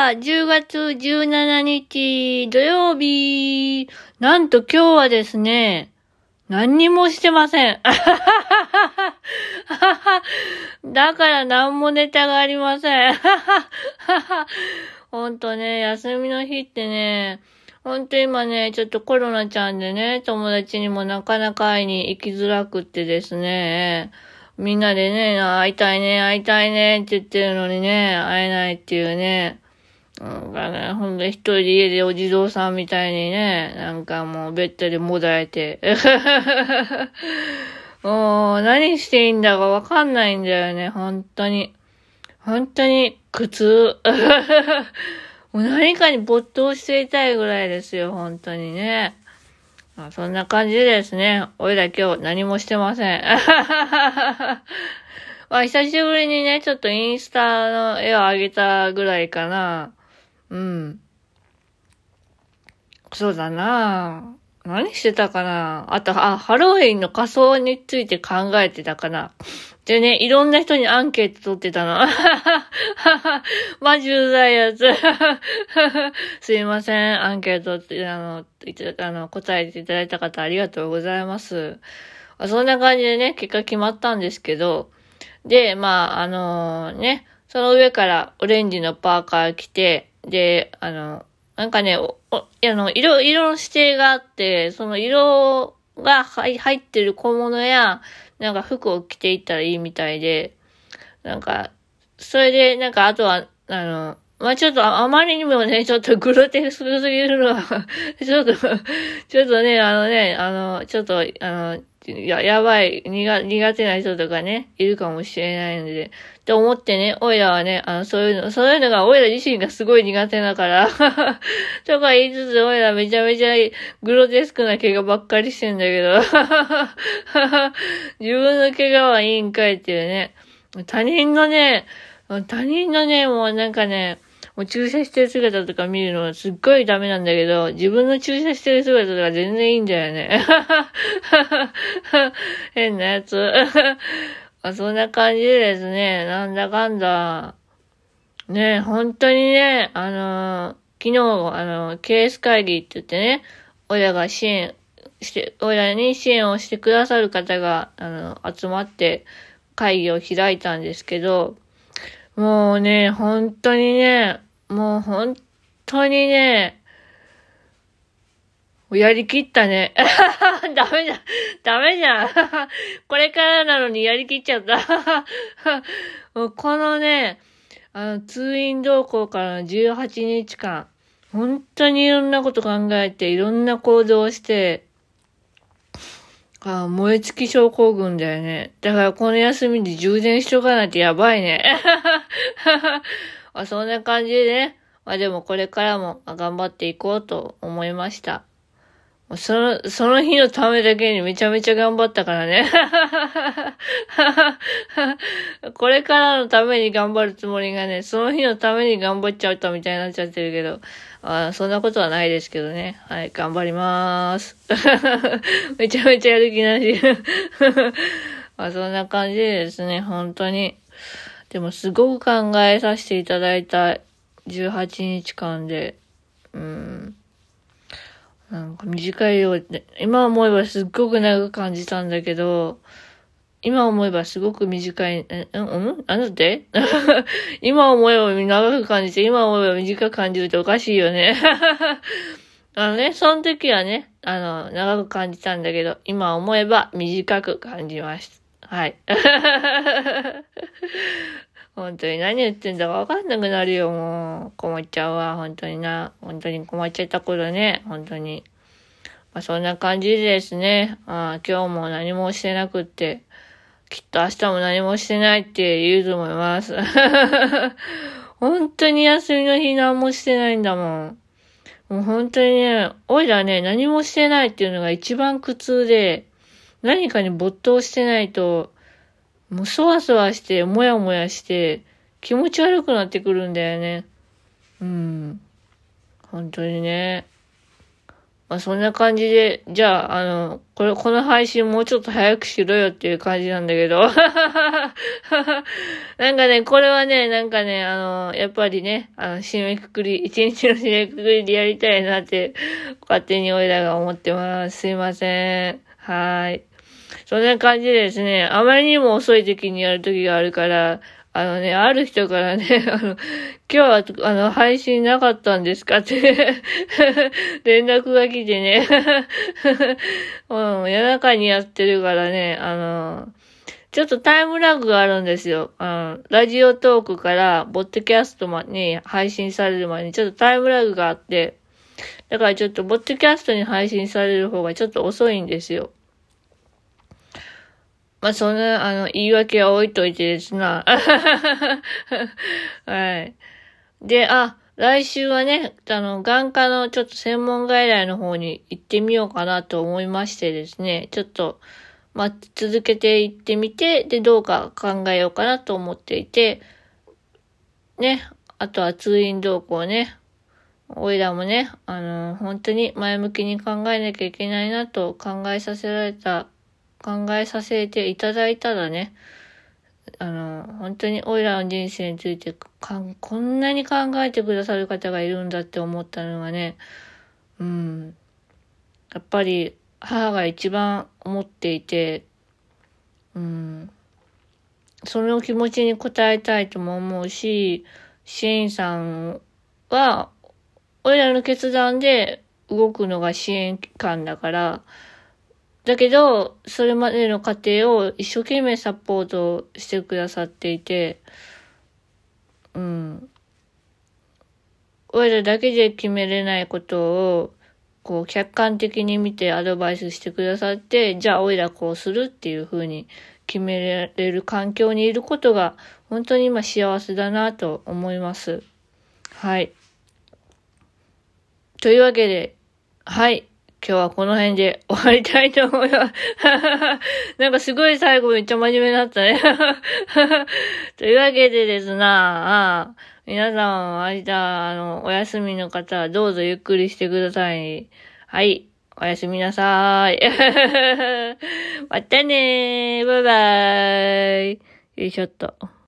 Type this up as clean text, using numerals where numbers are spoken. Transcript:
は10月17日土曜日。なんと今日はですね、何にもしてません。だから何もネタがありません。ほんとね、休みの日ってね、ほんと今ね、ちょっとコロナちゃんでね、友達にもなかなか会いに行きづらくってですね、みんなでね、会いたいね、会いたいねって言ってるのにね、会えないっていうね、なんかね、ほんと一人で家でお地蔵さんみたいにね、なんかもうベッドでもだえて。もう何していいんだかわかんないんだよね、本当に。本当に苦痛。もう何かに没頭していたいぐらいですよ、本当にね。まあ、そんな感じでですね、おいら今日何もしてません。まあ、久しぶりにね、ちょっとインスタの絵を上げたぐらいかな。うん。そうだな。何してたかな。あと、ハロウィンの仮装について考えてたかな。でね、いろんな人にアンケート取ってたの。マジうざいやつ。すいません。アンケートって、答えていただいた方ありがとうございます。そんな感じでね、結果決まったんですけど、で、まあ、ね、その上からオレンジのパーカー着て、で、なんかね、色の指定があって、その色が入ってる小物や、なんか服を着ていったらいいみたいで、なんか、それで、なんかあとは、まあ、ちょっとあまりにもね、ちょっとグロテスクすぎるのは、ちょっとね、ちょっと、やばい、苦手な人とかね、いるかもしれないので、って思ってね、オイラはね、そういうのが、オイラ自身がすごい苦手だから、とか言いつつ、オイラめちゃめちゃグロテスクな怪我ばっかりしてんだけど、自分の怪我はいいんかいっていうね、他人のね、もうなんかね、もう注射してる姿とか見るのすっごいダメなんだけど、自分の注射してる姿とか全然いいんだよね。変なやつ。そんな感じでですね、なんだかんだ、ね、本当にね、昨日、ケース会議って言ってね、親に支援をしてくださる方が、集まって会議を開いたんですけど、もうね、本当にね、やりきったね。ダメじゃん。これからなのにやりきっちゃった。もうこのね、通院同行からの18日間、本当にいろんなこと考えて、いろんな行動をして、燃え尽き症候群だよね。だからこの休みで充電しとかないとやばいね。そんな感じでね。でもこれからも頑張っていこうと思いました。その日のためだけにめちゃめちゃ頑張ったからね。これからのために頑張るつもりがね、その日のために頑張っちゃったみたいになっちゃってるけど、そんなことはないですけどね。はい、頑張りまーす。めちゃめちゃやる気なし。そんな感じでですね、本当に。でもすごく考えさせていただいた18日間で、なんか短いようで、今思えばすっごく長く感じたんだけど、今思えばすごく短い、なんで今思えば長く感じて、今思えば短く感じるっておかしいよね。その時はね、長く感じたんだけど、今思えば短く感じました。はい。本当に何言ってんだかわかんなくなるよ、もう。困っちゃうわ、本当にな。本当に困っちゃった頃ね、本当に。そんな感じでですね、今日も何もしてなくって、きっと明日も何もしてないって言うと思います。本当に休みの日何もしてないんだもん。もう本当にね、おいらね、何もしてないっていうのが一番苦痛で、何かに没頭してないと、もうそわそわして、もやもやして、気持ち悪くなってくるんだよね。本当にね。 まあそんな感じで、じゃあ、この配信もうちょっと早くしろよっていう感じなんだけど。なんかね、これはね、なんかね、やっぱりね、締めくくり、一日の締めくくりでやりたいなって、勝手においらが思ってます。すいません。はい。そんな感じでですね、あまりにも遅い時にやる時があるから、ある人からね、今日は、配信なかったんですかって連絡が来てね、夜中にやってるからね、ちょっとタイムラグがあるんですよ。ラジオトークから、ポッドキャストに配信される前に、ちょっとタイムラグがあって、だからちょっと、ポッドキャストに配信される方がちょっと遅いんですよ。まあ、そんな、言い訳は置いといてですな。はい。で、来週はね、眼科のちょっと専門外来の方に行ってみようかなと思いましてですね、ちょっと、まあ、続けて行ってみて、で、どうか考えようかなと思っていて、ね、あとは通院動向ね、おいらもね、本当に前向きに考えなきゃいけないなと考えさせていただいたらね、本当にオイラの人生についてこんなに考えてくださる方がいるんだって思ったのがね、やっぱり母が一番思っていて、その気持ちに応えたいとも思うし、支援さんは、オイラの決断で動くのが支援機関だから、だけど、それまでの過程を一生懸命サポートしてくださっていて、俺らだけで決めれないことを、こう、客観的に見てアドバイスしてくださって、じゃあ、俺らこうするっていう風に決められる環境にいることが、本当に今幸せだなと思います。はい。というわけで、はい。今日はこの辺で終わりたいと思います。なんかすごい最後めっちゃ真面目だったね。というわけでですな、皆さん明日、お休みの方はどうぞゆっくりしてください。はい。おやすみなさい。またねー。バイバーイ。よいしょっと。